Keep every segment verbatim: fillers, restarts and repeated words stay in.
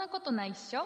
なことないっしょ。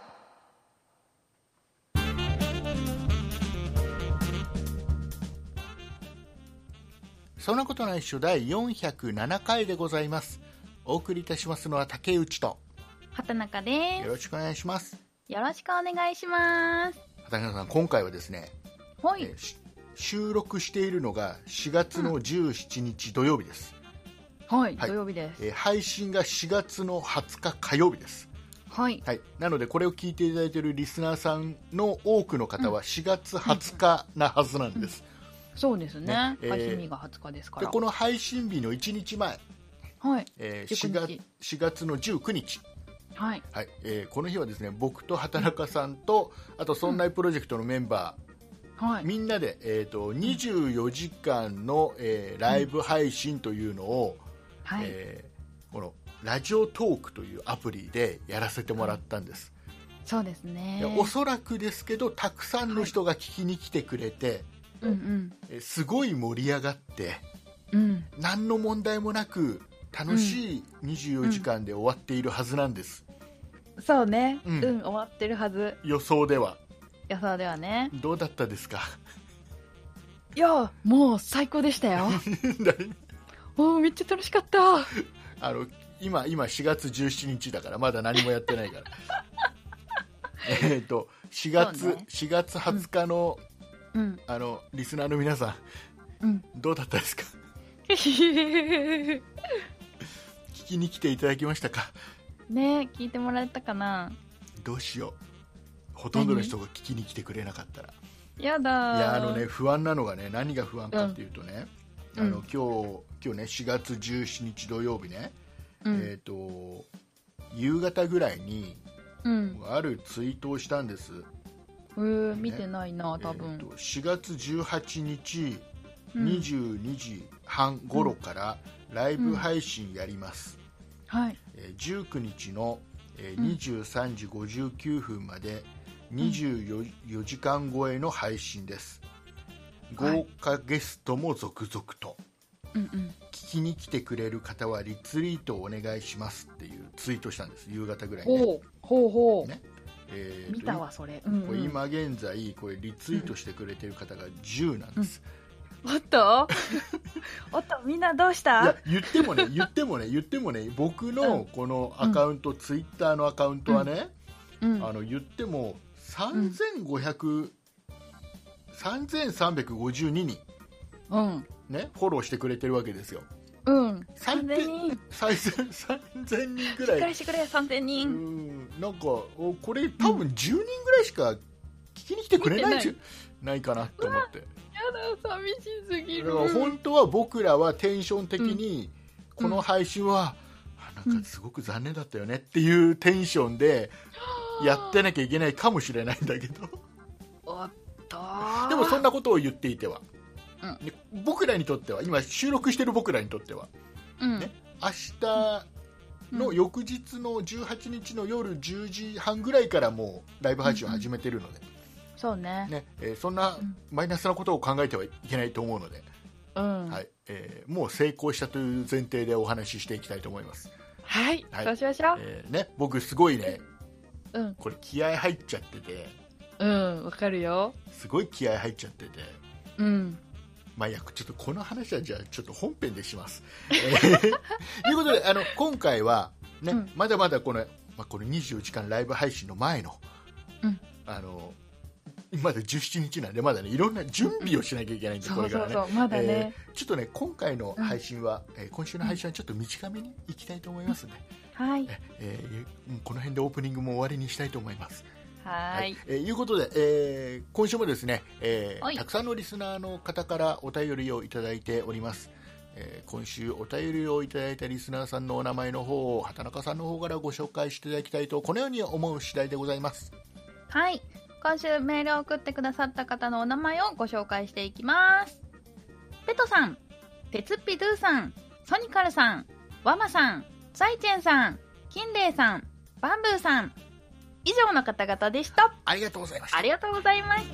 そんなことないっしょだいよんひゃくななかいでございます。お送りいたしますのは竹内と畑中です。 よろしくお願いします。 よろしくお願いします。 畑中さん、今回はですね、 はい、 えー収録しているのがしがつのじゅうしちにち土曜日です。 はい、 はい、 土曜日です。 えー配信がしがつのはつか火曜日です。 はい、 はい、なのでこれを聞いていただいているリスナーさんの多くの方はしがつはつかなはずなんです、 うん、そうですね、 ねえー、 配信日がはつかですから。 でこの配信日のいちにちまえ、 はい、 えー、しがつ、しがつのじゅうくにち、 はいはい、えー、この日はですね、僕と畑中さんとあとそんないプロジェクトのメンバー、 はい、 みんなで、えー、とにじゅうよじかんの、えー、ライブ配信というのを、 はい、 えー、このラジオトークというアプリでやらせてもらったんです、 はい、そうですね。 おそらくですけどたくさんの人が聞きに来てくれて、 はい、うんうん、 すごい盛り上がって、 うん、 何の問題もなく楽しいにじゅうよじかんで終わっているはずなんです、 うん、そうね、 うん、 うん、終わってるはず。 予想では予想ではね。 どうだったですか？ いや、もう最高でしたよ。おー、めっちゃ楽しかった。 あの今今しがつじゅうしちにちだからまだ何もやってないからえっとしがつ、ね、しがつはつかの、うん、あのリスナーの皆さん、うん、どうだったですか？聞きに来ていただきましたかね。聞いてもらえたかな。 どうしよう、ほとんどの人が聞きに来てくれなかったらやだ。 いやあのね、不安なのがね、何が不安かっていうとね、うん、あの今日今日ねしがつじゅうしちにち土曜日ね、うん、えっ、ー、と夕方ぐらいに、うん、あるツイートをしたんです。 えーね、見てないな多分。 えー、としがつじゅうはちにち、うん、にじゅうにじはん頃からライブ配信やります、 うんはい、 えー、じゅうくにちの、えー、にじゅうさんじごじゅうきゅうふんまでにじゅうよじかん超えの配信です、うん、豪華ゲストも続々と、はいうんうん、聞きに来てくれる方はリツイートをお願いしますっていうツイートしたんです。夕方ぐらいに、ね、 ほうほうほう、ねえー、見たわそれ、 うんうん、これ今現在これリツイートしてくれてる方がじゅうなんです、 うん、おっとおっとみんなどうした？ いや言ってもね言ってもね言ってもね僕のこのアカウント、うん、ツイッターのアカウントはね、うん、あの言ってもさんぜんごひゃく、うん、さんぜんさんびゃくごじゅうににん、うんね、フォローしてくれてるわけですよ。 うん、さんぜんにんさんぜんにんぐらいしっかりしてくれさんぜんにん。 うんなんかこれ多分じゅうにんぐらいしか聞きに来てくれないんじゃないかなと思って。 やだ寂しすぎる。 だから本当は僕らはテンション的にこの配信は、うん、なんかすごく残念だったよねっていうテンションでやってなきゃいけないかもしれないんだけどおっとでもそんなことを言っていては、うん、僕らにとっては今収録してる僕らにとっては、うんね、明日の翌日のじゅうはちにちの夜じゅうじはんぐらいからもうライブ配信を始めてるので、うん、 そうね、 ねえー、そんなマイナスなことを考えてはいけないと思うので、うんはいえー、もう成功したという前提でお話ししていきたいと思います。 はい、はい、そうしましょう、 えーね、僕すごいね、 うん、 これ気合入っちゃってて、 うんわかるよ、 すごい気合入っちゃってて、 うんまあ、いやちょっとこの話はじゃあちょっと本編でします。ということであの今回は、ねうん、まだまだこの、まあ、このにじゅうよじかんライブ配信の前の、うん、あのまだじゅうしちにちなんでまだねいろんな準備をしなきゃいけないんで、うん、これからね、 そうそうそうまだね、 えー、ちょっとね今回の配信は、うんえー、今週の配信はちょっと短めにいきたいと思いますね、 うん、はい、 えー、この辺でオープニングも終わりにしたいと思います。 はい、 えー、いうことで、えー、今週もですね、えー、たくさんのリスナーの方からお便りをいただいております。えー、今週お便りをいただいたリスナーさんのお名前の方を畑中さんの方からご紹介していただきたいとこのように思う次第でございます。 はい、今週メールを送ってくださった方のお名前をご紹介していきます。ペトさん、ペツッピドゥさん、ソニカルさん、ワマさん、サイチェンさん、キンレイさん、バンブーさん、以上の方々でした。 ありがとうございました。 ありがとうございました。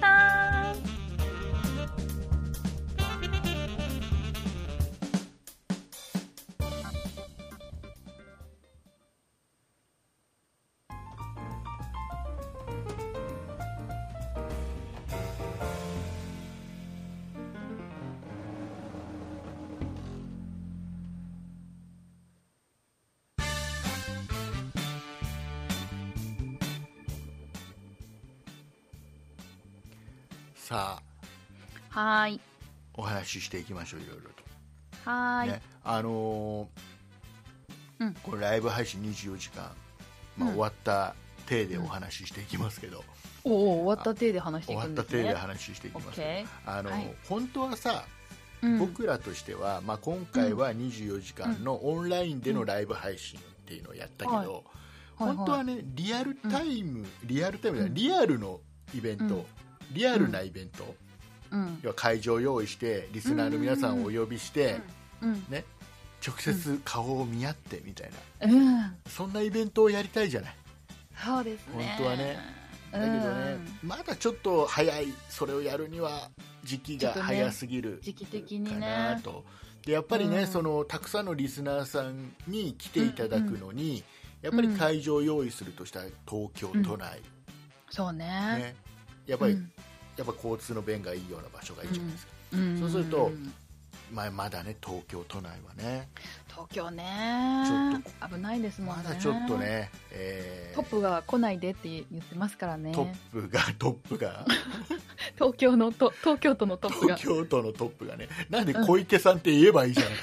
さあはーいお話ししていきましょう。いろいろとはーい、 ね、あのーうん、これライブ配信にじゅうよじかん、まあ、終わった体でお話ししていきますけど、 うん、おお終わった体で話していくんですね。 終わった体で話していきますけど、あの、はい、本当はさ、 うん、 僕らとしては、まあ、今回はにじゅうよじかんのオンラインでのライブ配信っていうのをやったけど、うんはい、本当はねリアルタイム、うん、リアルタイムだ、リアルのイベント、うん、リアルなイベント、うん、要は会場を用意してリスナーの皆さんをお呼びして、うんうんね、直接顔を見合ってみたいな、うん、そんなイベントをやりたいじゃない。 そうですね、 本当はね。だけどね、うん、まだちょっと早い、それをやるには時期が早すぎる、ね、 時期的にねかなと。でやっぱりね、うん、そのたくさんのリスナーさんに来ていただくのに、うんうん、やっぱり会場を用意するとしたら東京都内、うん、 そう ね, ねやっぱり、うん、やっぱ交通の便がいいような場所がいいじゃないですか、うん、そうすると、まあ、まだね東京都内はね、 東京ねちょっと危ないですもんね。 まだちょっとね、えー、 トップが来ないでって言ってますからね。 トップがトップが東京のと東京都のトップが東京都のトップがね、なんで小池さんって言えばいいじゃない、うん、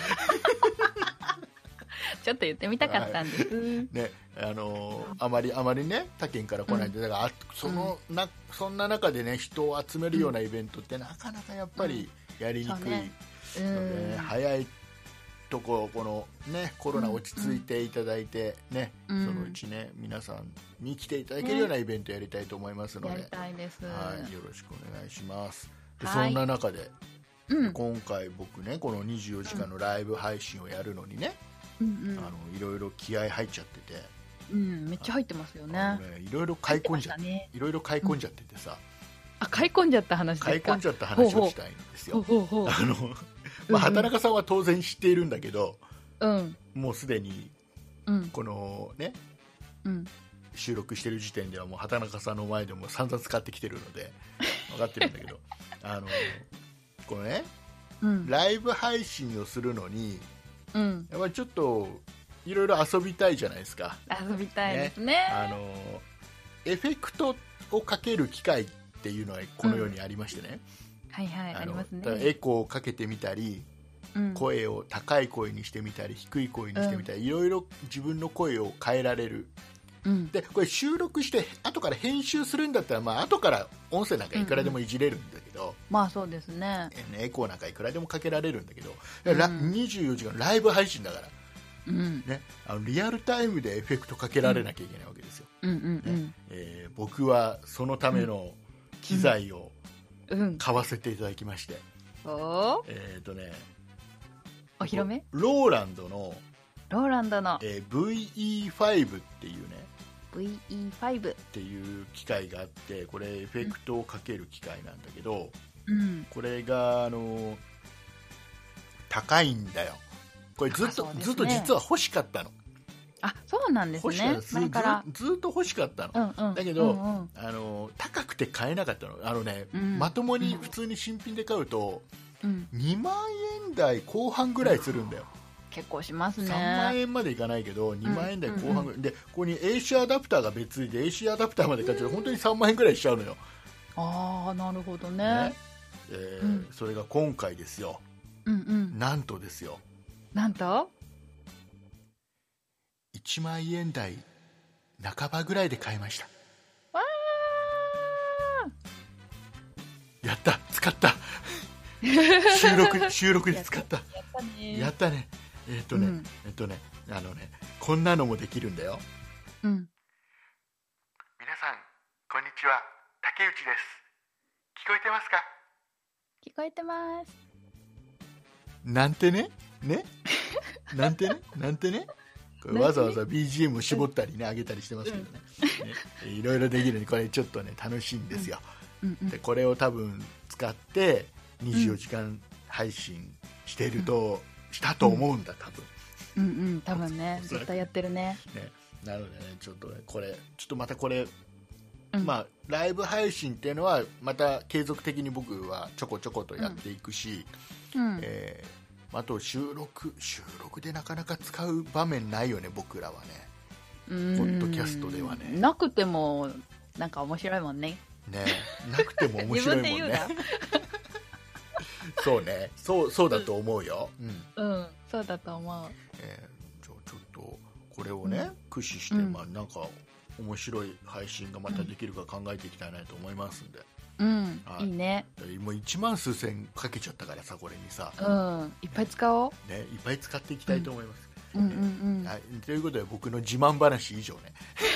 ちょっと言ってみたかったんです、 はいね、あのー、あまりあまりね他県から来ないんで、だからあそのなそんな中でね人を集めるようなイベントってなかなかやっぱりやりにくいので、ねうん、早いとここのねコロナ落ち着いていただいてね、うん、そのうちね皆さんに来ていただけるようなイベントやりたいと思いますので、 やりたいです、 はい、よろしくお願いします。でそんな中で、うん、今回僕ねこのにじゅうよじかんのライブ配信をやるのにね、うんうん、あのいろいろ気合入っちゃってて、 うん、めっちゃ入ってますよね。 いろいろ買い込んじゃって、ね、いろいろ買い込んじゃっててさ、うん、 あ買い込んじゃった話ですか。 買い込んじゃった話をしたいんですよ。ほうほうほうあのまあ、畑中さんは当然知っているんだけど、うん、もうすでにこのね、うん、収録してる時点ではもう畑中さんの前でも散々使ってきてるので分かってるんだけどあのこのね、うん、ライブ配信をするのに、うん、やっぱりちょっといろいろ遊びたいじゃないですか。 遊びたいですね。 あのエフェクトをかける機械っていうのはこのようにありましてね、 うん、はいはいありますね。 エコーをかけてみたり、うん、声を高い声にしてみたり低い声にしてみたり、うん、いろいろ自分の声を変えられる、うん、でこれ収録して後から編集するんだったら、まあ後から音声なんかいくらでもいじれるんだけど、うんうん、 まあそうですね、 エコーなんかいくらでもかけられるんだけど、うん、にじゅうよじかんライブ配信だから、うんね、あのリアルタイムでエフェクトかけられなきゃいけないわけですよ、うんうんうんねえー、僕はそのための機材を買わせていただきまして、 うんうん、 えっ、ー、とねお披露目ローランドのローランドの、 えー、ブイイーファイブ っていうねブイイーファイブっていう機械があって、これエフェクトをかける機械なんだけど、うん、これがあの高いんだよ。これずっと、ね、ずっと実は欲しかったの。 あ、そうなんですね。 前からず, ずっと欲しかったの、うんうん、だけど、うんうん、あの高くて買えなかったの。あのね、うん、まともに普通に新品で買うと、うん、にまんえん台後半ぐらいするんだよ。 結構しますね。 さんまんえんまでいかないけどにまんえん台後半ぐらい、うんうんうん、でここに エーシー アダプターが別で エーシー アダプターまで買っちゃうと本当にさんまんえんぐらいしちゃうのよ。 ああなるほど ね, ね、 えーうん、それが今回ですよ、うんうん、なんとですよなんといちまんえん台半ばぐらいで買いました。 わーやった使った収録収録で使ったやったねやったねえっとね、うん、えっとねあのねこんなのもできるんだよ。うん。皆さんこんにちは、竹内です。聞こえてますか？ 聞こえてます。 なんてねねなんてねなんてねこれわざわざ ビージーエム を絞ったりね上げたりしてますけどね、うん、ねいろいろできるんでこれちょっとね楽しいんですよ、うんうん、でこれを多分使ってにじゅうよじかん配信してると、うん、したと思うんだ多分うんうん多分ね絶対やってる ね, ねなのでねちょっとねこれちょっとまたこれ、うん、まあライブ配信っていうのはまた継続的に僕はちょこちょことやっていくし、うんえー、あと収録収録でなかなか使う場面ないよね僕らはね。ポッドキャストではねなくてもなんか面白いもんね。 ねなくても面白いもんね。 自分で言うなそうね、そうそうだと思うよ。 うん、うん、そうだと思う。 えー、ちょちょっとこれをね、うん、駆使して、まあなんか面白い配信がまたできるか考えていきたいなと思いますんで。 うん、いいね。 もういちまん数千かけちゃったからさ、これにさ、 うん、いっぱい使おう、 ね、いっぱい使っていきたいと思います、 うんうんうんうん、 はい、ということで僕の自慢話以上ね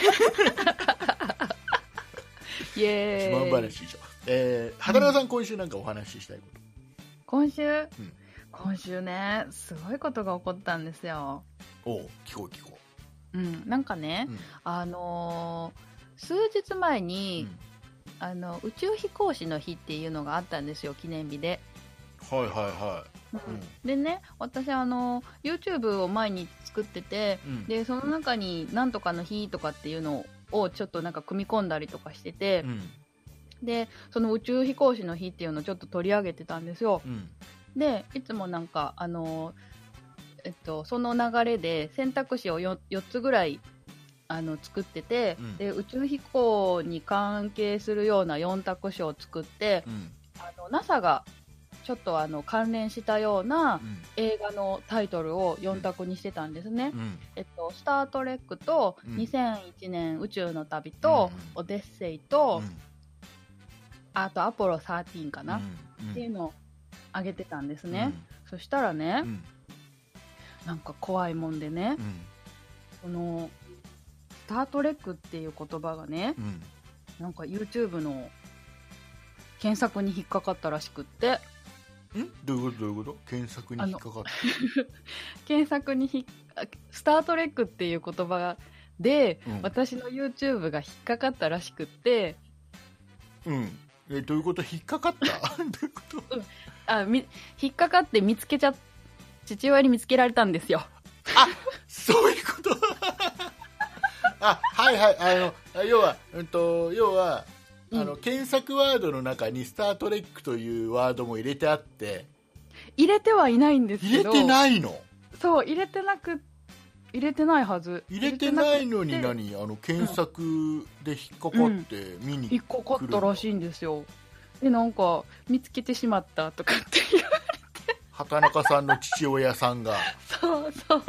イエーイ、 自慢話以上、えー、畑中さん、うん、今週なんかお話ししたいこと。 今週、うん、今週ねすごいことが起こったんですよ。 おう、聞こう聞こう、うん、なんかね、うん、あのー、数日前に、うんあの宇宙飛行士の日っていうのがあったんですよ、記念日で。 はいはいはい、 うん、でね、私あの YouTube を毎日作ってて、うん、でその中になんとかの日とかっていうのをちょっとなんか組み込んだりとかしてて、うん、でその宇宙飛行士の日っていうのをちょっと取り上げてたんですよ、うん、でいつもなんかあの、えっと、その流れで選択肢を 4, よっつぐらいあの作ってて、うん、で宇宙飛行に関係するようなよん択肢を作って、うん、あの ナサ がちょっとあの関連したような映画のタイトルをよん択にしてたんですね、うんえっと、スタートレックとにせんいちねん宇宙の旅と、うん、オデッセイと、うん、あとアポロじゅうさんかな、うん、っていうのを挙げてたんですね、うん、そしたらね、うん、なんか怖いもんでね、このスタートレックっていう言葉がね、うん、なんか YouTube の検索に引っかかったらしくって。 んどういうことどういうこと検索に引っかかった検索にひスタートレックっていう言葉で、うん、私の YouTube が引っかかったらしくって。 うんえどういうこと引っかかったどういうこと、うん、 あみ引っかかって見つけちゃ父親に見つけられたんですよ。 あそういうことあはいはいあの要は、うん、と要はあの、うん、検索ワードの中にスタートレックというワードも入れてあって入れてはいないんですけど。 入れてないの？ そう入れてなく入れてないはず。 入れてないのに何あの検索で引っかかって見に来る、うん、 引っかかったらしいんですよ。でなんか見つけてしまったとかって言われて畑中さんの父親さんがそうそう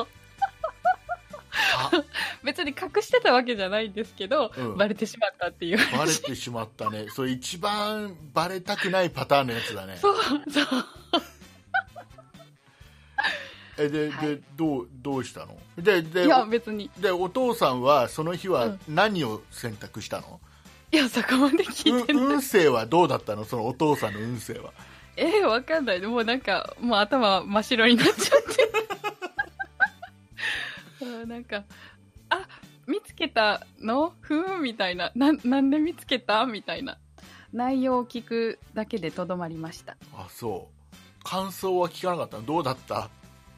別に隠してたわけじゃないんですけど、うん、バレてしまったっていう話。 バレてしまったね。それ一番バレたくないパターンのやつだね。 そうそうえで、はい、でどうどうしたの？ででいや別にでお父さんはその日は何を選択したの？ うん、いやそこまで聞いてない。 運勢はどうだったの？そのお父さんの運勢は。 えー、わかんない。もうなんかもう頭真っ白になっちゃってなんかあ見つけたのふーんみたいな な, なんで見つけたみたいな内容を聞くだけでとどまりました。 あそう感想は聞かなかったの？どうだった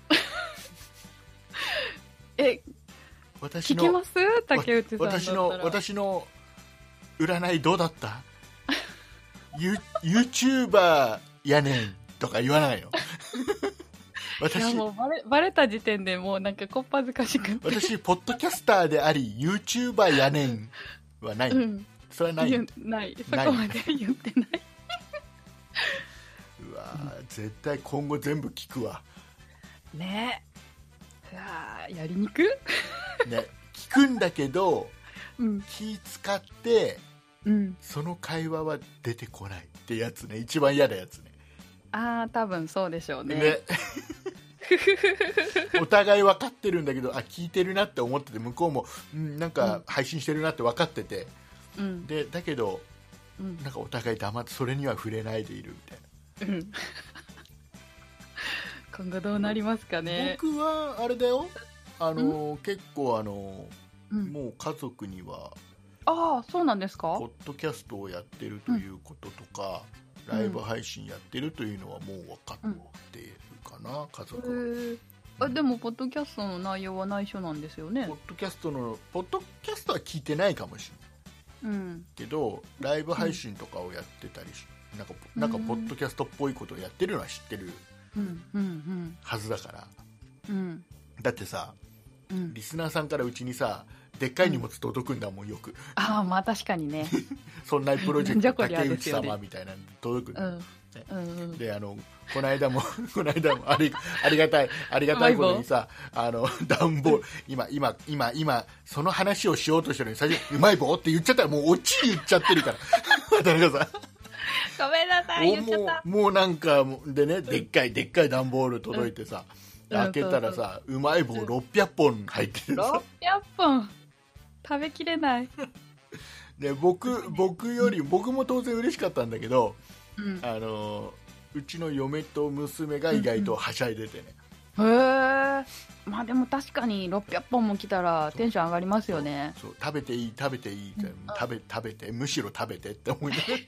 え私の聞けます竹内さんだったら。 私の私の占いどうだったユ YouTuber やねんとか言わないの私いやもうバレ、バレた時点でもうなんかこっぱずかしくて私ポッドキャスターであり YouTuber やねんはない、うん、それはないないそこまで言ってないうわ、うん、絶対今後全部聞くわねえうわやりにくね聞くんだけど、うん、気使って、 うん、 その会話は出てこないってやつね一番嫌なやつね。 ああ多分そうでしょうね。 ねお互い分かってるんだけどあ聞いてるなって思ってて向こうも、うん、なんか配信してるなって分かってて、うん、でだけど、うん、なんかお互い黙ってそれには触れないでいるみたいな、うん、 今後どうなりますかね。 僕はあれだよあの、うん、結構あの、うん、もう家族にはああそうなんですかポッドキャストをやってるということとか、うん、ライブ配信やってるというのはもう分かっているかな、うん、家族は、 えーあでもポッドキャストの内容は内緒なんですよね。 ポッドキャストのポッドキャストは聞いてないかもしれない、うん、けどライブ配信とかをやってたりし、うん、なんかなんかポッドキャストっぽいことをやってるのは知ってるはずだから、 うん、 だってさ、うん、リスナーさんからうちにさでっかい荷物届くんだもんよく。 ああ、まあ確かにね。 そんなプロジェクト竹内様みたいなの届くんだ、 うんうんうん、 であのこの間もこの間もありありがたいありがたいことにさ、あの段ボール今今今今その話をしようとしてるのに最初うまい棒って言っちゃったらもうオチ言っちゃってるから田中さんごめんなさい言っちゃった。 もうもうなんかでね、でっかいでっかい段ボール届いてさ、うん、開けたらさ、うまい棒ろっぴゃっぽん入ってるさ、 ろっぴゃっぽん食べきれないで 僕, 僕より僕も当然嬉しかったんだけど、 うん、 あのうちの嫁と娘が意外とはしゃいでてね、 うんうん、へえ、まあでも確かにろっぴゃっぽんも来たらテンション上がりますよね。 そうそう食べていい食べていい、うん、食べ食べてむしろ食べてって思いながら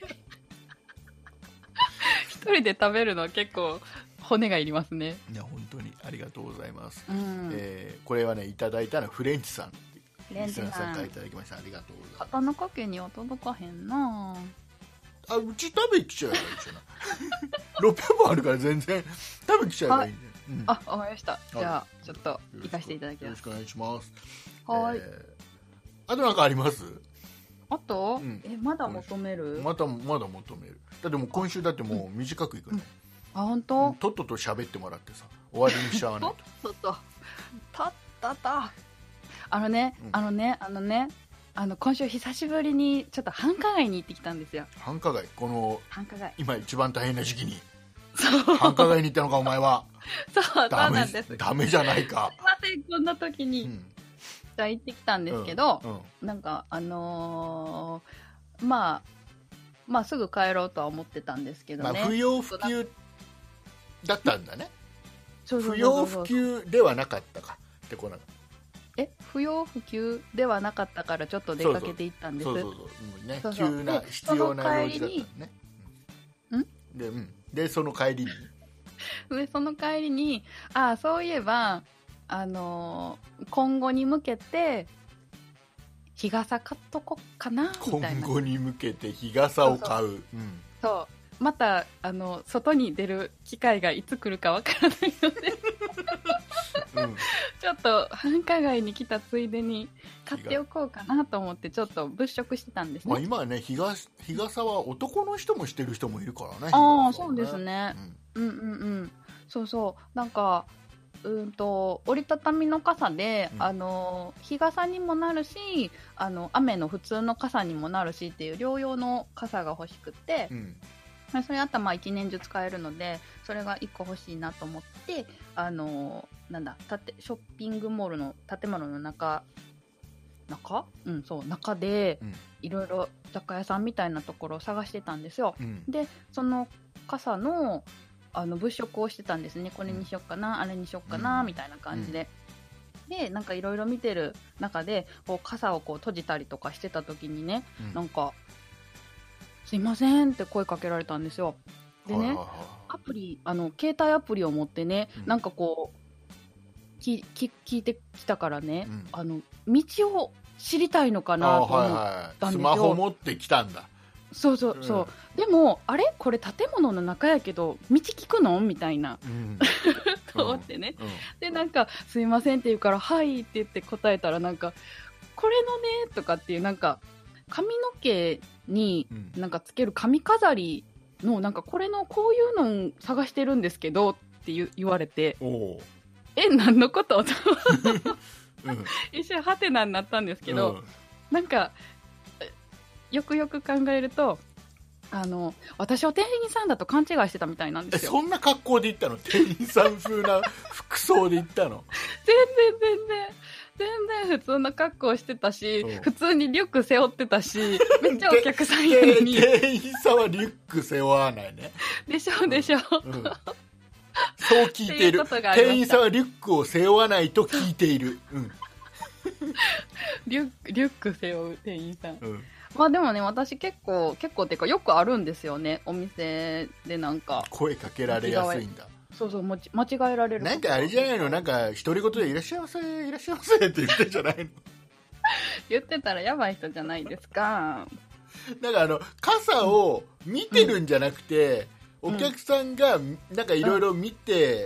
一人で食べるのは結構骨がいりますね。 いや本当にありがとうございます、 うん、 えー、これはねいただいたのはフレンチさん、 フレンチさんさんからいただきました。ありがとうございます。 畑中家には届かへんなあ、うち食べきちゃえばいいじゃないろっぴゃっぽんあるから全然食べきちゃえばいいんで、うん、 あ、わかりました。じゃあちょっと行かせていただきます。 よろしくお願いします。 はい、 えー、あとなんかあります？ あと、 うん、 えまだ求める？ またまだ求める。だってもう今週だってもう短くいくの、うん、 あ、本当？ とっとと喋ってもらってさ終わりにしちゃわないととっととたったたあのね、うん、あのねあのねあの今週久しぶりにちょっと繁華街に行ってきたんですよ。 繁華街、この繁華街今一番大変な時期にそう繁華街に行ったのかお前は。 そうそうなんです。 ダメじゃないか。 すいませんこんな時に、うん、じゃあ行ってきたんですけど、うんうん、なんかあのー、まあまあすぐ帰ろうとは思ってたんですけどね、 まあ、不要不急だったんだね。 そうそうそうそう、 不要不急ではなかったかってこなえ不要不急ではなかったからちょっと出かけていったんです。 そうそうそうそう、ね、そうそう急な必要な用事だったね。 うんで、うん、でその帰りにでその帰りにあそういえばあのー、今後に向けて日傘買っとこっかなみたいな。 今後に向けて日傘を買う。そうそう、うん、 そうまたあの外に出る機会がいつ来るかわからないのでうん、ちょっと繁華街に来たついでに買っておこうかなと思ってちょっと物色してたんですね。 まあ、今はね日が日傘は男の人もしてる人もいるからね。 ああ、そうですね、うん、うんうんうんそうそうなんかうんと折りたたみの傘で、うん、あの日傘にもなるしあの雨の普通の傘にもなるしっていう両用の傘が欲しくて、うんそれあったらまあ一年中使えるのでそれがいっこ欲しいなと思ってあのなんだたてショッピングモールの建物の中中うんそう中でいろいろ雑貨屋さんみたいなところを探してたんですよ、うん、でその傘のあの物色をしてたんですね。これにしよっかな、うん、あれにしよっかな、うん、みたいな感じで、うん、でなんかいろいろ見てる中でこう傘をこう閉じたりとかしてた時にね、うん、なんかすいませんって声かけられたんですよ。でね、アプリあの携帯アプリを持ってね、うん、なんかこうきき聞いてきたからね、うん、あの道を知りたいのかなと思ったんですよ。はいはい、スマホ持ってきたんだ。 そうそうそう、うん、でもあれこれ建物の中やけど道聞くのみたいな、うん、と思ってね、うんうん、でなんかすいませんって言うからはいって言って答えたらなんかこれのねとかっていうなんか髪の毛になんかつける髪飾りのなんかこれのこういうのを探してるんですけどって言われて、おえ何のことと、うん、一瞬ハテナになったんですけど、うん、なんかよくよく考えるとあの私を店員さんだと勘違いしてたみたいなんですよ。 そんな格好で行ったの？店員さん風な服装で行ったの？ 全然全然全然普通の格好してたし、普通にリュック背負ってたし、めっちゃお客さんやのに店員さんはリュック背負わないね。 でしょでしょ、うんうん、 そう聞いている。い店員さんはリュックを背負わないと聞いている、うん、 リュリュック背負う店員さん、うん、まあでもね私結構結構っていうかよくあるんですよね。お店でなんか声かけられやすいんだ。 そうそう間違えられる。 なんかあれじゃないの、なんか独り言でいらっしゃいませいらっしゃいませって言ってんじゃないの？ 言ってたらやばい人じゃないですか。 なんかあの傘を見てるんじゃなくて、うん、お客さんがなんかいろいろ見て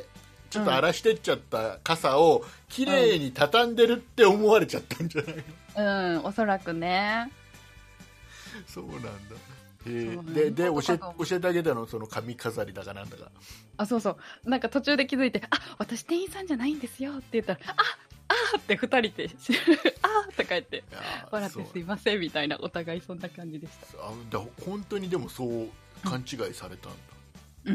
ちょっと荒らしてっちゃった傘をきれいに畳んでるって思われちゃったんじゃないの？ うん、おそらくね。 そうなんだ。えー、でで教え教えてあげたの、その髪飾りだかなんだか。 あ、そうそう、なんか途中で気づいて、あ、私店員さんじゃないんですよって言ったら、ああーってふたりであーとか言って笑ってすいませんみたいな、お互いそんな感じでした。 あだ本当にでもそう勘違いされたんだ。 うん、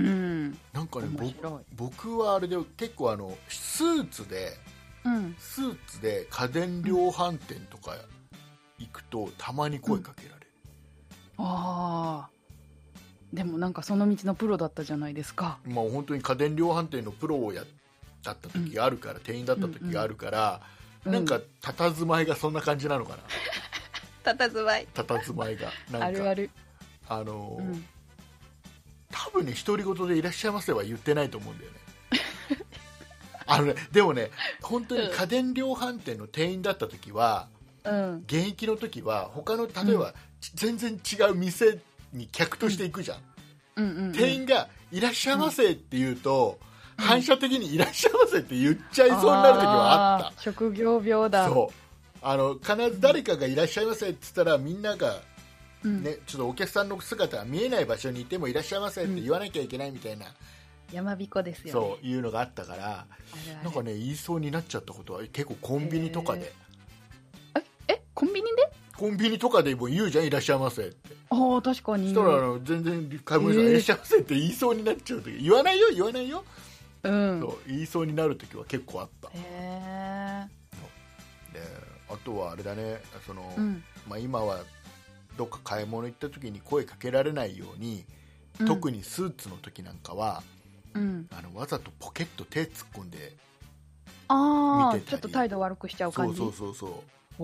なんかね、僕はあれで結構あのスーツで、うん、スーツで家電量販店とか行くとたまに声かけられる、 うん、ああ、でもなんかその道のプロだったじゃないですか。 まあ本当に家電量販店のプロをやだった時があるから、うん、店員だった時があるから、うんうん、なんか佇まいがそんな感じなのかな。佇まい佇まいがなんかあるある、 あのーうん、多分ね独り言でいらっしゃいませは言ってないと思うんだよね。あのね、でもね本当に家電量販店の店員だった時は、うん、現役の時は他の例えば、うん、全然違う店に客として行くじゃん、うんうんうんうん、店員がいらっしゃいませって言うと、うん、反射的にいらっしゃいませって言っちゃいそうになる時はあった。 職業病だ。 そうあの必ず誰かがいらっしゃいませって言ったらみんなが、ね、うん、ちょっとお客さんの姿が見えない場所にいてもいらっしゃいませって言わなきゃいけないみたいな、 やまびこですよね。 そういうのがあったから、あれあれなんかね言いそうになっちゃったことは結構コンビニとかで、 えー、えコンビニでコンビニとかでも言うじゃん、いらっしゃいませって。 ああ確かに。 そしたらあの全然買い物さん、えー、いらっしゃいませって言いそうになっちゃう時、言わないよ言わないよ、うん、そう言いそうになる時は結構あった。へえ。であとはあれだね、その、うん、まあ、今はどっか買い物行った時に声かけられないように、うん、特にスーツの時なんかは、うん、あのわざとポケット手突っ込んで見てたり、 ちょっと態度悪くしちゃう感じ。 そうそうそうそう、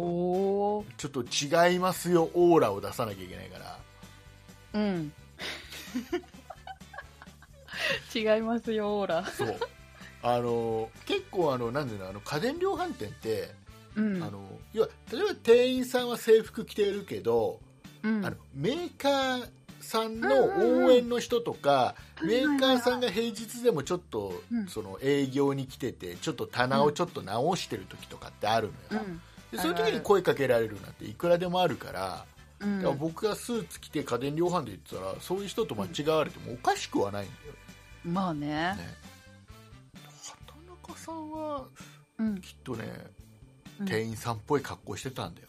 おちょっと違いますよオーラを出さなきゃいけないから、うん違いますよオーラ。 そうあの結構あのなんでのあの家電量販店って、うん、あの要は例えば店員さんは制服着てるけど、うん、あのメーカーさんの応援の人とか、うんうんうん、メーカーさんが平日でもちょっと、うん、その営業に来ててちょっと棚をちょっと直してる時とかってあるのよ、うん、でそういう時に声かけられるなんていくらでもあるから、うん、だから僕がスーツ着て家電量販店行ってたらそういう人と間違われてもおかしくはないんだよ、 うん、まあ ね, ね畑中さんは、うん、きっとね、うん、店員さんっぽい格好してたんだよ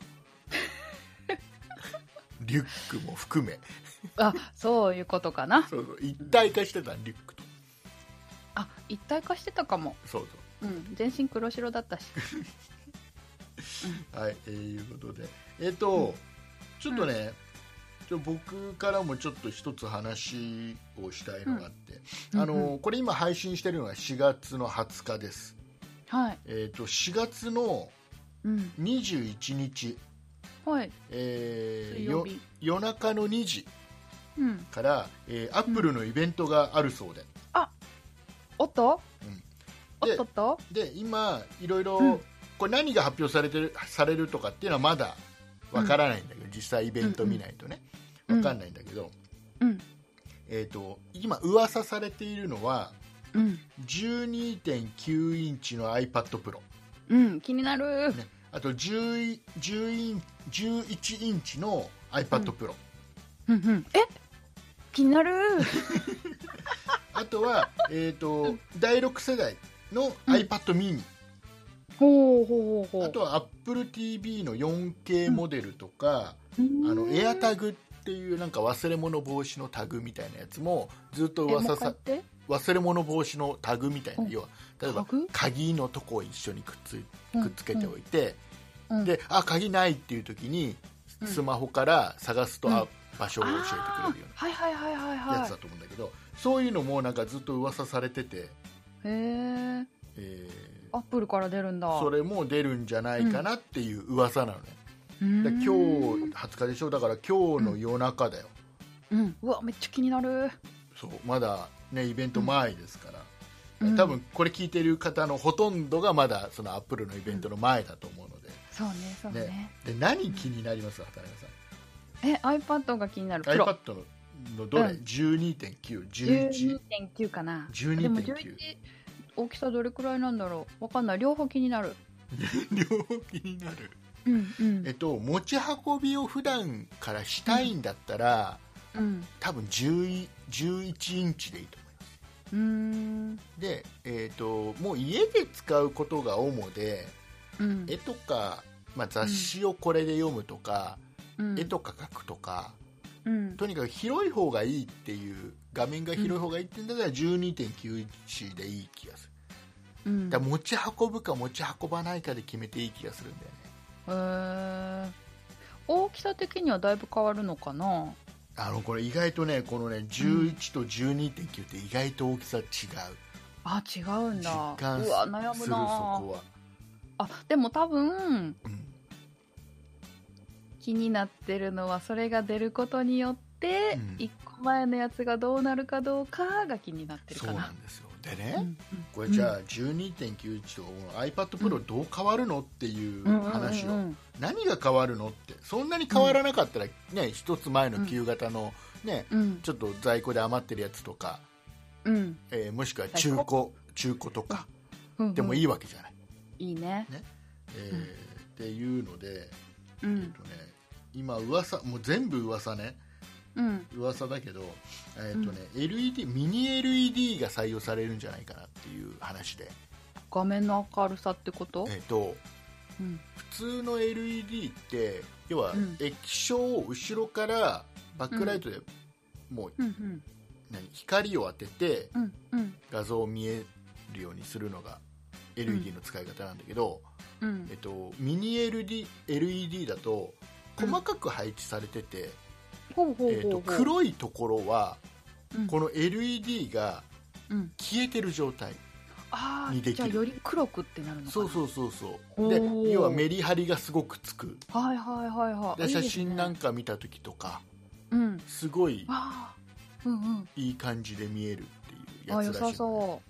リュックも含めあ、そういうことかな。 そうそう一体化してたリュックと。 あ、一体化してたかも。 そうそう、うん、全身黒白だったし、 うん、はい、えー、いうことでえっ、ー、と、うん、ちょっとね、うん、僕からもちょっと一つ話をしたいのがあって、うん、あのーうん、これ今配信してるのがしがつのはつかです、はい、えー、としがつのにじゅういちにち、うん、はい、えー、よ夜中のにじから、うん、えー、アップルのイベントがあるそうで、うん、 あ、おっと、うん、 でおっとっとで今いろいろ、うん、これ何が発表されてるされるとかっていうのはまだわからないんだけど、うん、実際イベント見ないとね、うん、わかんないんだけど、うん、えーと、今噂されているのは、うん、じゅうにてんきゅう インチの iPad Pro、 うん、気になる、 ね、あとじゅう、じゅうインじゅういちインチの iPad Pro、 うんうんうん、え気になるあとは、えーと、だいろく世代の iPad mini、うん、 ほうほうほう、 あとは Apple ティーブイ の よんケー モデルとか、うん、あの AirTag っていうなんか忘れ物防止のタグみたいなやつもずっと噂さ忘れ物防止のタグみたいな、要は例えば鍵のとこを一緒にくっついくっつけておいて、うんうん、であ鍵ないっていう時にスマホから探すと、うん、あ場所を教えてくれるようなやつだと思うんだけど、そういうのもなんかずっと噂されてて、へー、えー、アップルから出るんだ。 それも出るんじゃないかなっていう噂なのね、うん、で今日はつかでしょ、だから今日の夜中だよ、 うんうん、うわめっちゃ気になる。 そうまだねイベント前ですから、うん、多分これ聞いてる方のほとんどがまだそのアップルのイベントの前だと思うので、うん、 そうねそうね。ねで何気になりますか、畑中さん。 え iPad が気になる。 iPad の, のどれ、うん、じゅうにてんきゅう、じゅういち、 じゅうにてんきゅうかな。 じゅうにてんきゅう、 でもじゅういち大きさどれくらいなんだろう。わかんない。両方気になる。 両方気になる。 うんうん。 えっと持ち運びを普段からしたいんだったら、 うん、 多分じゅういちインチでいいと思います。 うーんで、えー、ともう家で使うことが主で、 うん、 絵とか、まあ、雑誌をこれで読むとか、うん、絵とか描くとか、うん、とにかく広い方がいいっていう、画面が広い方がいいっていうんだったら じゅうにてんきゅうインチでいい気がする、うん、だから持ち運ぶか持ち運ばないかで決めていい気がするんだよね。 へー、大きさ的にはだいぶ変わるのかな。 あのこれ意外とね、このねじゅういちと じゅうにてんきゅう って意外と大きさ違う。 あ、違うんだ。 実感する。 うわ、悩むな。 そこは。 あ、でも多分、 うん、 気になってるのはそれが出ることによって、うん、いっこまえのやつがどうなるかどうかが気になってるかな。 そうなんですよ。でね、うんうん、これじゃあ じゅうにてんきゅうインチと iPad Pro どう変わるのっていう話を、うんうんうんうん、何が変わるのって、そんなに変わらなかったらね、一つ前の旧型のね、うん、ちょっと在庫で余ってるやつとか、うんえー、もしくは中古中古とか、うんうん、でもいいわけじゃない。 いいね。 ね、えーうん、っていうので、うん、えーとね、今噂、もう全部噂ね、うん、噂だけど、えーとねうん、エルイーディー ミニ エルイーディー が採用されるんじゃないかなっていう話で。 画面の明るさってこと？ えーとうん、普通の エルイーディー って要は液晶を後ろからバックライトでもう、うんうん、何光を当てて画像を見えるようにするのが エルイーディー の使い方なんだけど、うんえっと、ミニ エルイーディー、エルイーディー だと細かく配置されてて、うんえー、と黒いところは、うん、この エルイーディー が消えてる状態にできる。 あ、じゃあより黒くってなるのかな。 そうそうそうそうで、要はメリハリがすごくつく。 はいはいはいはい。 で写真なんか見た時とか、うん、すごい、うんうん、いい感じで見えるっていうやつらしい。あ、良さそう。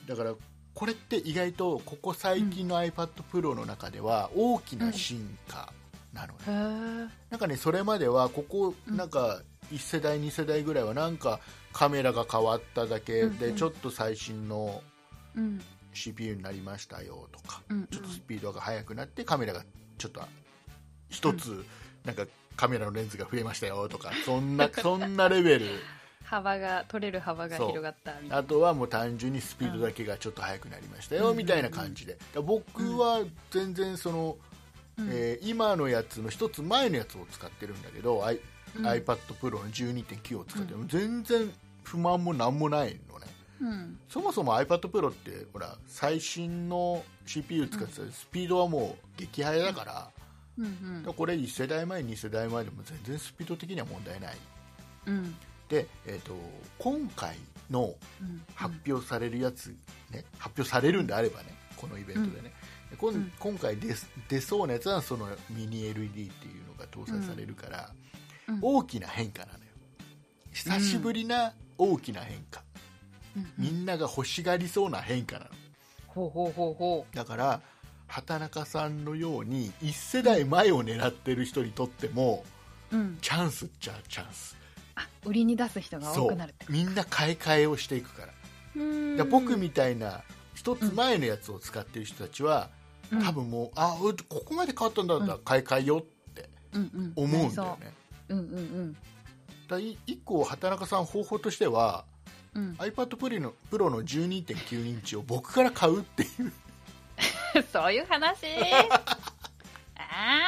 だからこれって意外とここ最近の iPad Pro の中では大きな進化なのね、うん、なんかね、それまではここなんかいち世代に世代ぐらいはなんかカメラが変わっただけでちょっと最新の シーピーユー になりましたよとか、うん、ちょっとスピードが速くなってカメラがちょっと一つなんかカメラのレンズが増えましたよとか、そんなそんなレベル幅が取れる幅が広がったみたいな。 あとはもう単純にスピードだけがちょっと速くなりましたよ、うん、みたいな感じで、僕は全然その、うんえー、今のやつの一つ前のやつを使ってるんだけど、I うん、iPad Pro の じゅうにてんきゅう を使ってる、うん、全然不満もなんもないのね、うん、そもそも iPad Pro ってほら最新の シーピーユー 使ってたらスピードはもう激速だから、うんうんうん、これいち世代前に世代前でも全然スピード的には問題ない、うんでえー、と今回の発表されるやつ、ね、発表されるんであればね、このイベントでね、うん、今回 出, 出そうなやつはそのミニ エルイーディー っていうのが搭載されるから、うん、大きな変化なのよ。久しぶりな大きな変化、うん、みんなが欲しがりそうな変化なの、 ほうほうほうほう。 だから畑中さんのようにいち世代前を狙ってる人にとっても、うん、チャンスっちゃチャンス。 あ、売りに出す人が多くなるって。 そう、みんな買い替えをしていくから。うーん、だから僕みたいな一つ前のやつを使ってる人たちは、うん、多分もうあここまで変わったんだったら買い替えよって思うんだよね。うんうんうん、だいっこ畑中さん方法としては、うん、iPad Pro の、Pro の じゅうにてんきゅうインチを僕から買うっていうそういう話あ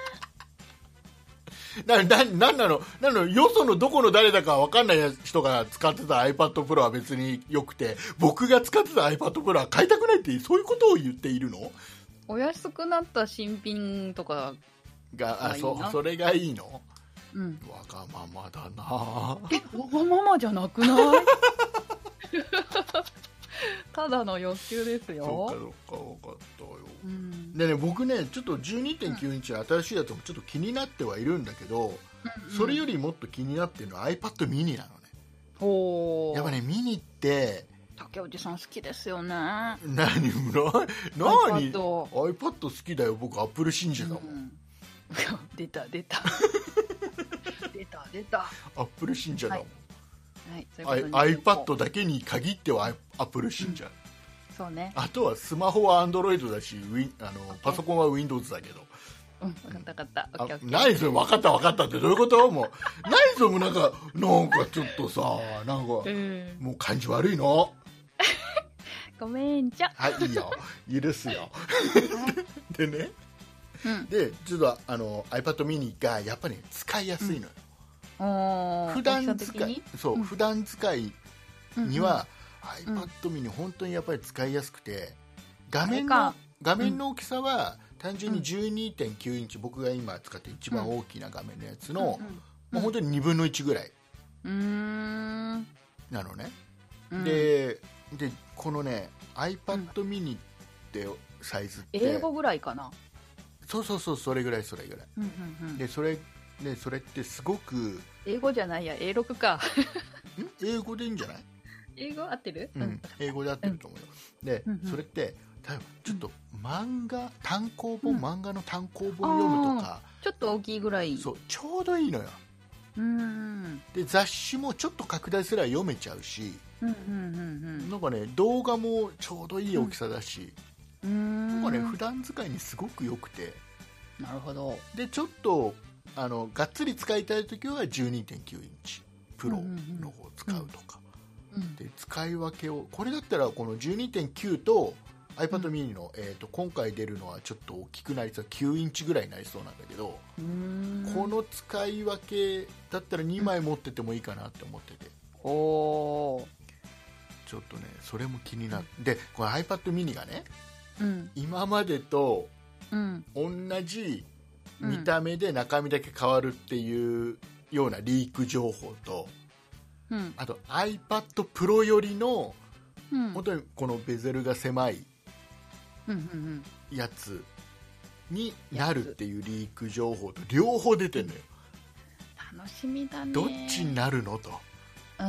な, な, なんなのなんなのよそのどこの誰だか分かんない人が使ってた iPad Pro は別によくて、僕が使ってた iPad Pro は買いたくないってそういうことを言っているの？ お安くなった新品とかが、あ、そ, それがいいの？うん、わがままだな。 え、わがままじゃなくないただの欲求ですよ。 そうかそうか、分かったよ、うん、でね、僕ねちょっと じゅうにてんきゅうインチの新しいやつもちょっと気になってはいるんだけど、うんうん、それよりもっと気になってるのは iPad mini なのね。 ほー、 やっぱねミニって竹内さん好きですよね。 何何 iPad, iPad 好きだよ、僕アップル信者だもん、うん、 出た出た出た出たアップル信者だもん、 はいはい、 iPad だけに限ってはアップル信者、 そうね。 あとはスマホは Android だし、ウィあのパソコンは Windows だけど。 うん、分かった分かった。オッケーオッケー。 ないぞ、分かった分かったってどういうこと？もうないぞ、もうなんかなんかちょっとさ、なんか、うん、もう感じ悪いの。 ごめんちゃ。 はい、いいよ、許すよ。でね、うん、でちょっとあの iPad mini がやっぱり、ね、使いやすいのよ。うん、普段使い、そう、うん、普段使いには、うんうん、iPad mini 本当にやっぱり使いやすくて、画面の画面の大きさは、うん、単純に じゅうにてんきゅう インチ、うん、僕が今使って一番大きな画面のやつの、うんうん、もう本当ににぶんのいちぐらいなのね、うん、で, でこのね iPad mini ってサイズって、 英語ぐらいかな。 そうそうそう、それぐらいそれぐらい、うんうんうん、でそれでそれってすごく、 英語じゃないや、エーろく か。 ん英語でいいんじゃない？ 英語合ってる？ うん、英語で合ってると思うよ、うん、で、うんうん、それって例えばちょっと漫画、単行本、うん、漫画の単行本読むとか、 ちょっと大きいぐらい、 そう、ちょうどいいのよ。うん、で雑誌もちょっと拡大すれば読めちゃうし、うんうんうんうん、なんかね、動画もちょうどいい大きさだし、うん、なんかね、普段使いにすごく良くて、 なるほど。 でちょっとあのがっつり使いたいときは じゅうにてんきゅう インチプロの方を使うとか、うんうんうん、で使い分けを、これだったらこの じゅうにてんきゅう と iPad mini の、えー、と今回出るのはちょっと大きくなりそう、きゅうインチぐらいになりそうなんだけど、うーん、この使い分けだったらにまい持っててもいいかなって思ってて、うん、おちょっとね、それも気になって、うん、でこの iPad mini がね、うん、今までと同じ見た目で中身だけ変わるっていうようなリーク情報と、うん、あと iPad Pro よりの、うん、本当にこのベゼルが狭いやつになるっていうリーク情報と両方出てるのよ。 楽しみだね。 どっちになるのと、うん、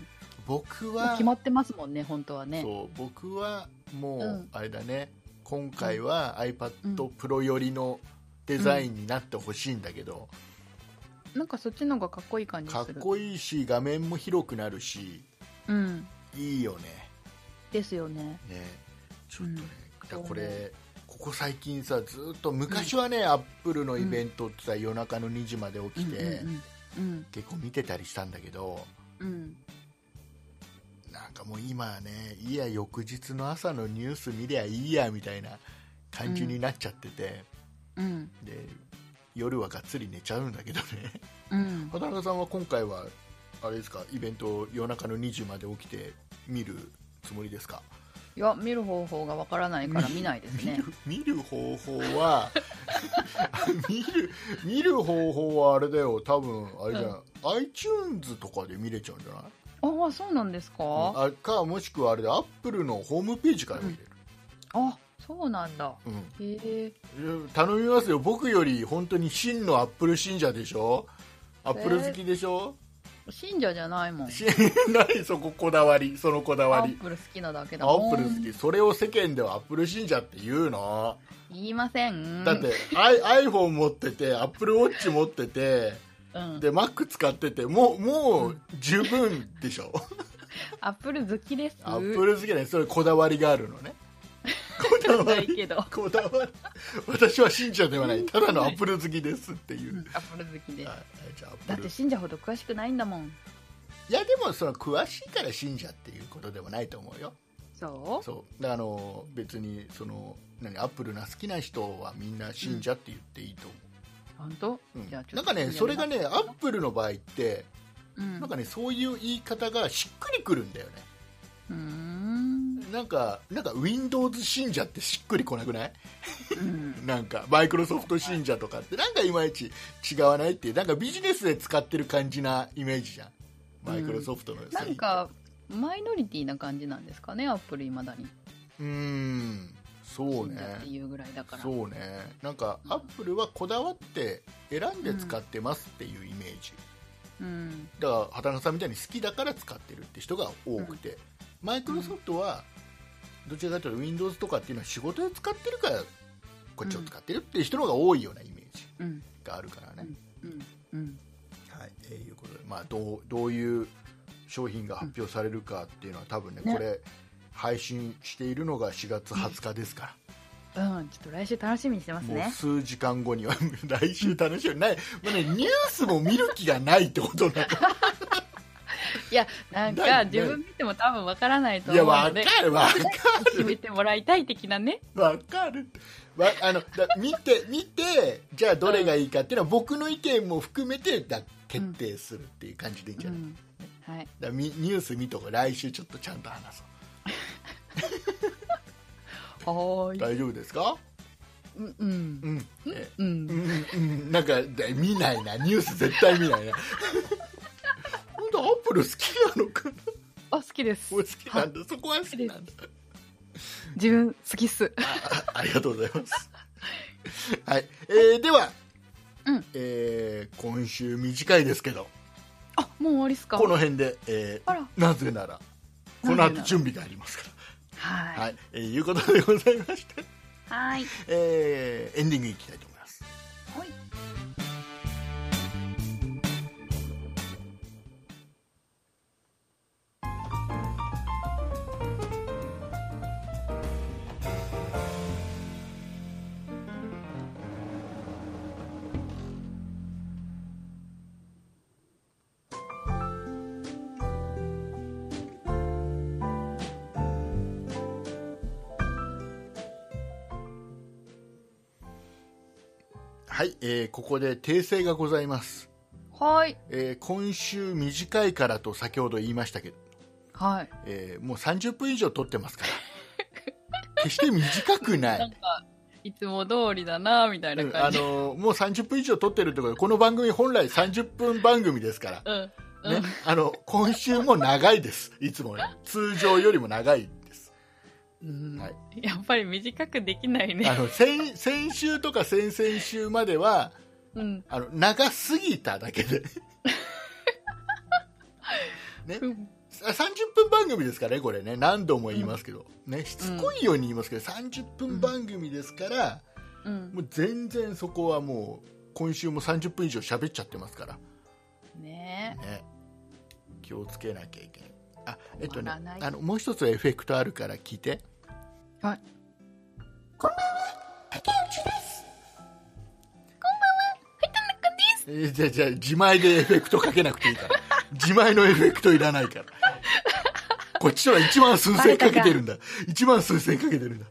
僕は決まってますもんね、本当はね。 そう、僕はもうあれだね、うん、今回は iPad Pro よりのデザインになってほしいんだけど、 うん、なんかそっちの方がかっこいい感じする。 かっこいいし、画面も広くなるし、うん、いいよね。 ですよね。 ね、ちょっとね、うん、だこれここ最近さ、ずっと昔はね、うん、アップルのイベントってさ、うん、夜中のにじまで起きて、うんうんうん、結構見てたりしたんだけど、うん、なんかもう今はね、いや翌日の朝のニュース見りゃいいやみたいな感じになっちゃってて、うん、で夜はがっつり寝ちゃうんだけどね、うん、畑中さんは今回はあれですか、イベントを夜中のにじまで起きて見るつもりですか？ いや、見る方法がわからないから見ないですね。 見る、見る方法は見る見る方法はあれだよ、多分あれじゃん、うん、iTunes とかで見れちゃうんじゃない？ ああ、そうなんですか？うん、 あか、もしくはあれで Apple のホームページから見れる、 うん、あ、そうなんだ、うん、へえ、 頼みますよ。僕より本当に真の Apple 信者でしょ、Apple 好きでしょ。 信者じゃないもん。 何そここだわり、そのこだわり。 アップル好きなだけだもん。 アップル好き、それを世間ではアップル信者って言うの？ 言いません。 だって iPhone 持ってて、アップルウォッチ持ってて、うん、で Mac 使ってて、もうもう十分でしょ。 アップル好きです。 アップル好きね、それこだわりがあるのね。こだわりけどこだわり、私は信者ではない、ただのアップル好きですっていう、うん、 アップル好きです。じゃあだって信者ほど詳しくないんだもん。 いやでもその詳しいから信者っていうことでもないと思うよ。 そうそうあの別にその何アップルが好きな人はみんな信者って言っていいと思う。 本当？ うん、じゃあちょっとなんかね、それがね、アップルの場合って、うん、なんかね、そういう言い方がしっくりくるんだよね。うーん、なんかなんか Windows 信者ってしっくりこなくない？うん、なんかマイクロソフト信者とかってなんかいまいち違わないっていう、なんかビジネスで使ってる感じなイメージじゃん、マイクロソフトの、うん、 なんかマイノリティな感じなんですかね、アップルいまだに。 うーん、そうねっていうぐらいだから。 そうね、なんかアップルはこだわって選んで使ってますっていうイメージ、うん、だから畑中さんみたいに好きだから使ってるって人が多くて、うん、マイクロソフトはどちらかというと Windows とかっていうのは仕事で使ってるからこっちを使ってるっていう人の方が多いようなイメージがあるからね、うんうんうん、はい、えー、いうことで、まあ、どう、どういう商品が発表されるかっていうのは多分ね、これ配信しているのがしがつはつかですから、うん、ちょっと来週楽しみにしてますね。 もう数時間後には来週楽しみない、もうね、ニュースも見る気がないってことなのいや、なんか自分見ても多分わからないと思うので、 いや、わかるわかる見てもらいたい的なね。 わかるわ、あのだ見て見てじゃあどれがいいかっていうのは、うん、僕の意見も含めてだ決定するっていう感じでいいんじゃない、うんうん、はい、だニュース見とこう、来週ちょっとちゃんと話そうはい大丈夫ですか？ うんうんうんえうんうんうん、なんか見ないな、ニュース絶対見ないな本当アップル好きなのかな。 あ、好きです。 好きなんだ、そこは好きなんだ。 自分好きっす。 あ, あ, ありがとうございますはい、えー、では、うんえー、今週短いですけど、 あ、もう終わりっすか？ この辺で、えー、なぜならこの後準備がありますから、はい、はい、えー、いうことでございまして、 はい、 えー、エンディングいきたいと思います。 はい。 はい、えー、ここで訂正がございます。 はい、 えー、今週短いからと先ほど言いましたけど、 はい、 えー、もうさんじゅっぷん以上撮ってますから決して短くない。 なんかいつも通りだなみたいな感じ、 うん、あのー、もうさんじゅっぷん以上撮ってるってことで、この番組本来さんじゅっぷん番組ですから、うんうんね、あの今週も長いです。いつも、ね、通常よりも長い。 うんはい、やっぱり短くできないね。 あの 先, 先週とか先々週までは、うん、あの長すぎただけで、ねうん、さんじゅっぷん番組ですからね、これね、何度も言いますけど、うんね、しつこいように言いますけど、さんじゅっぷん番組ですから、うん、もう全然そこはもう今週もさんじゅっぷん以上喋っちゃってますから、 ねね、気をつけなきゃいけない。あ、えっとね、あのもう一つエフェクトあるから聞いて。 はい、 こんばんは、竹内です。 こんばんは、畑中です。 えー、じゃあじゃあ自前でエフェクトかけなくていいから自前のエフェクトいらないからこっちは一万数千かけてるんだ一万数千かけてるんだ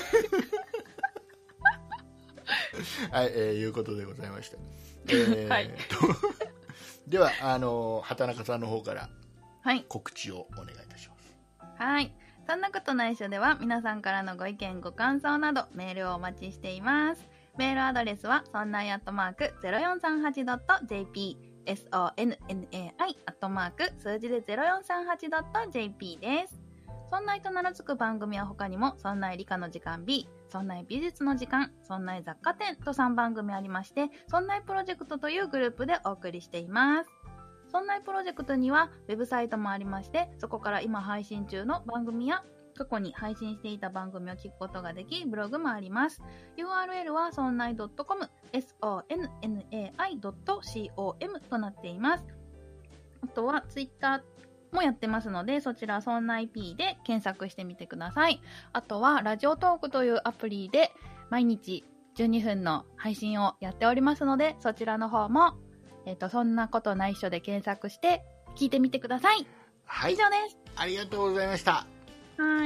はい、えー、いうことでございました、えーはい、ではあの畑中さんの方から告知をお願いいたします。 はい、そんなことないっしょでは皆さんからのご意見ご感想などメールをお待ちしています。メールアドレスはそんないアットマーク ゼロよんさんはちドットジェーピー ソンナイ アットマーク数字で ゼロよんさんはちドットジェーピー です。そんないと名の付く番組は他にもそんない理科の時間 B、そんない美術の時間、そんない雑貨店とさんばん組ありまして、そんないプロジェクトというグループでお送りしています。そんないプロジェクトにはウェブサイトもありまして、そこから今配信中の番組や過去に配信していた番組を聞くことができ、ブログもあります。ユーアールエル はそんない .com、エスオーエヌエヌエーアイドットコム となっています。あとはツイッターもやってますので、そちらそんない P で検索してみてください。あとはラジオトークというアプリで毎日じゅうにふんの配信をやっておりますので、そちらの方もえっと、そんなことないっしょで検索して聞いてみてください。 はい、 以上です。 ありがとうございました。 はい。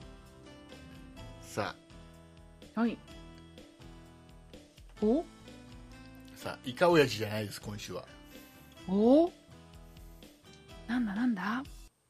さあ。はい。お？ さあ、イカオヤジじゃないです、今週は。 お？なんだなんだ？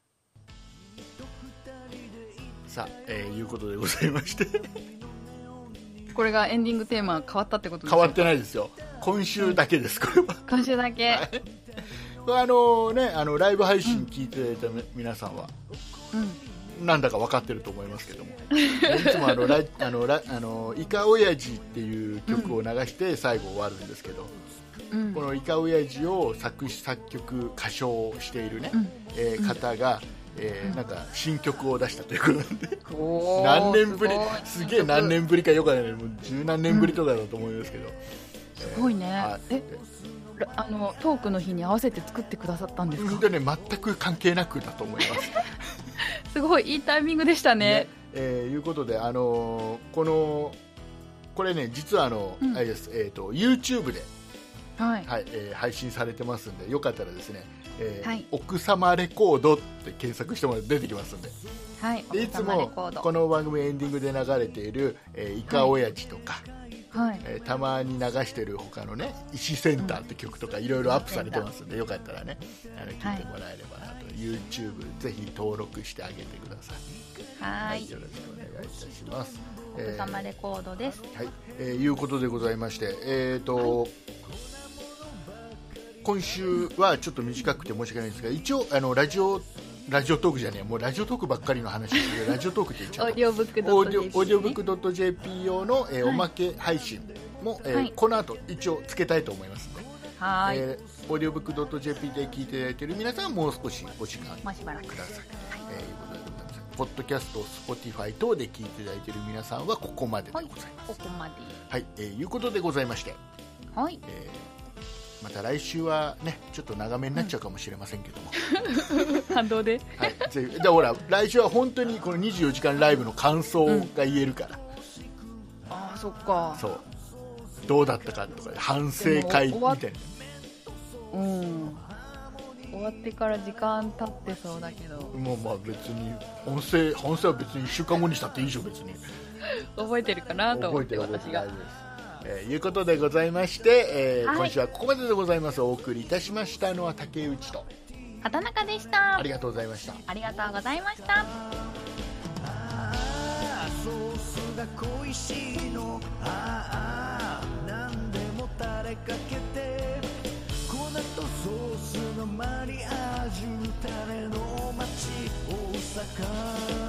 さあ、えー、いうことでございましてこれがエンディングテーマ変わったってことですか？ 変わってないですよ。今週だけです、これは。 今週だけ。はい、 これあのね、あのライブ配信聞いていた皆さんは、うん、なんだか分かってると思いますけども、いつもあのラあのラあのイカオヤジっていう曲を流して最後終わるんですけど、うん、このイカオヤジを作詞作曲歌唱しているね、うんえー、方が、えー、なんか新曲を出したということなんで、うん、何年ぶり す, すげえ何年ぶりかよくない、もう十何年ぶりとかだと思いますけど、うんすごいね、はい、えあのトークの日に合わせて作ってくださったんですか？ でね、全く関係なくだと思いますすごいいいタイミングでしたね。ね、 えー、いうことで、あのー、このこれね実はあの、うん、あれです、えーと、YouTube で、 はいはいえー、配信されてますんで、よかったらですね、えーはい、 奥様レコードって検索してもらうと出てきますんで、 はい、 でいつもこの番組エンディングで流れている、えー、イカオヤジとか、 はいえー、たまに流してる他のね石センターって曲とかいろいろアップされてますんで、よかったらねあの聞いてもらえればなと、はい、YouTube ぜひ登録してあげてください。 はい、 よろしくお願いいたします。 奥様レコードです。 えー、はい、えー、いうことでございまして、えーと、はい、今週はちょっと短くて申し訳ないんですが、一応あのラジオラジオトークじゃねえ、もうラジオトークばっかりの話ですけど、ラジオトークって言っちゃう。 オーディオブック .jp、ね、 オーディオブック .jp 用の、えーはい、おまけ配信も、えーはい、この後一応つけたいと思いますので、 はい、 えー、オーディオブック .jp で聞いていただいている皆さんはもう少しお時間ください。 はい、 えー、いうことでございます。ポッドキャスト、Spotify 等で聞いていただいている皆さんはここまででございます。はい、 ここまで。 はい、えー、いうことでございまして、 はい、 えー、また来週はねちょっと長めになっちゃうかもしれませんけども、 うん、反動で、 はい、でほら来週は本当にこのにじゅうよじかんライブの感想が言えるから、うん、 ああそっか、 そうどうだったかとか反省会みたいな、 うん、終わってから時間経ってそうだけど、 もうまあ別に反省反省は別にいっしゅうかんごにしたっていいでしょ別に覚えてるかなと思って私が、 えー、いうことでございまして、えーはい、今週はここまででございます。お送りいたしましたのは竹内と畑中でした。 ありがとうございました。 ありがとうございました。 ソースが恋しいの、ああ何でもタレかけて、粉とソースのマリアージュ、タレの街大阪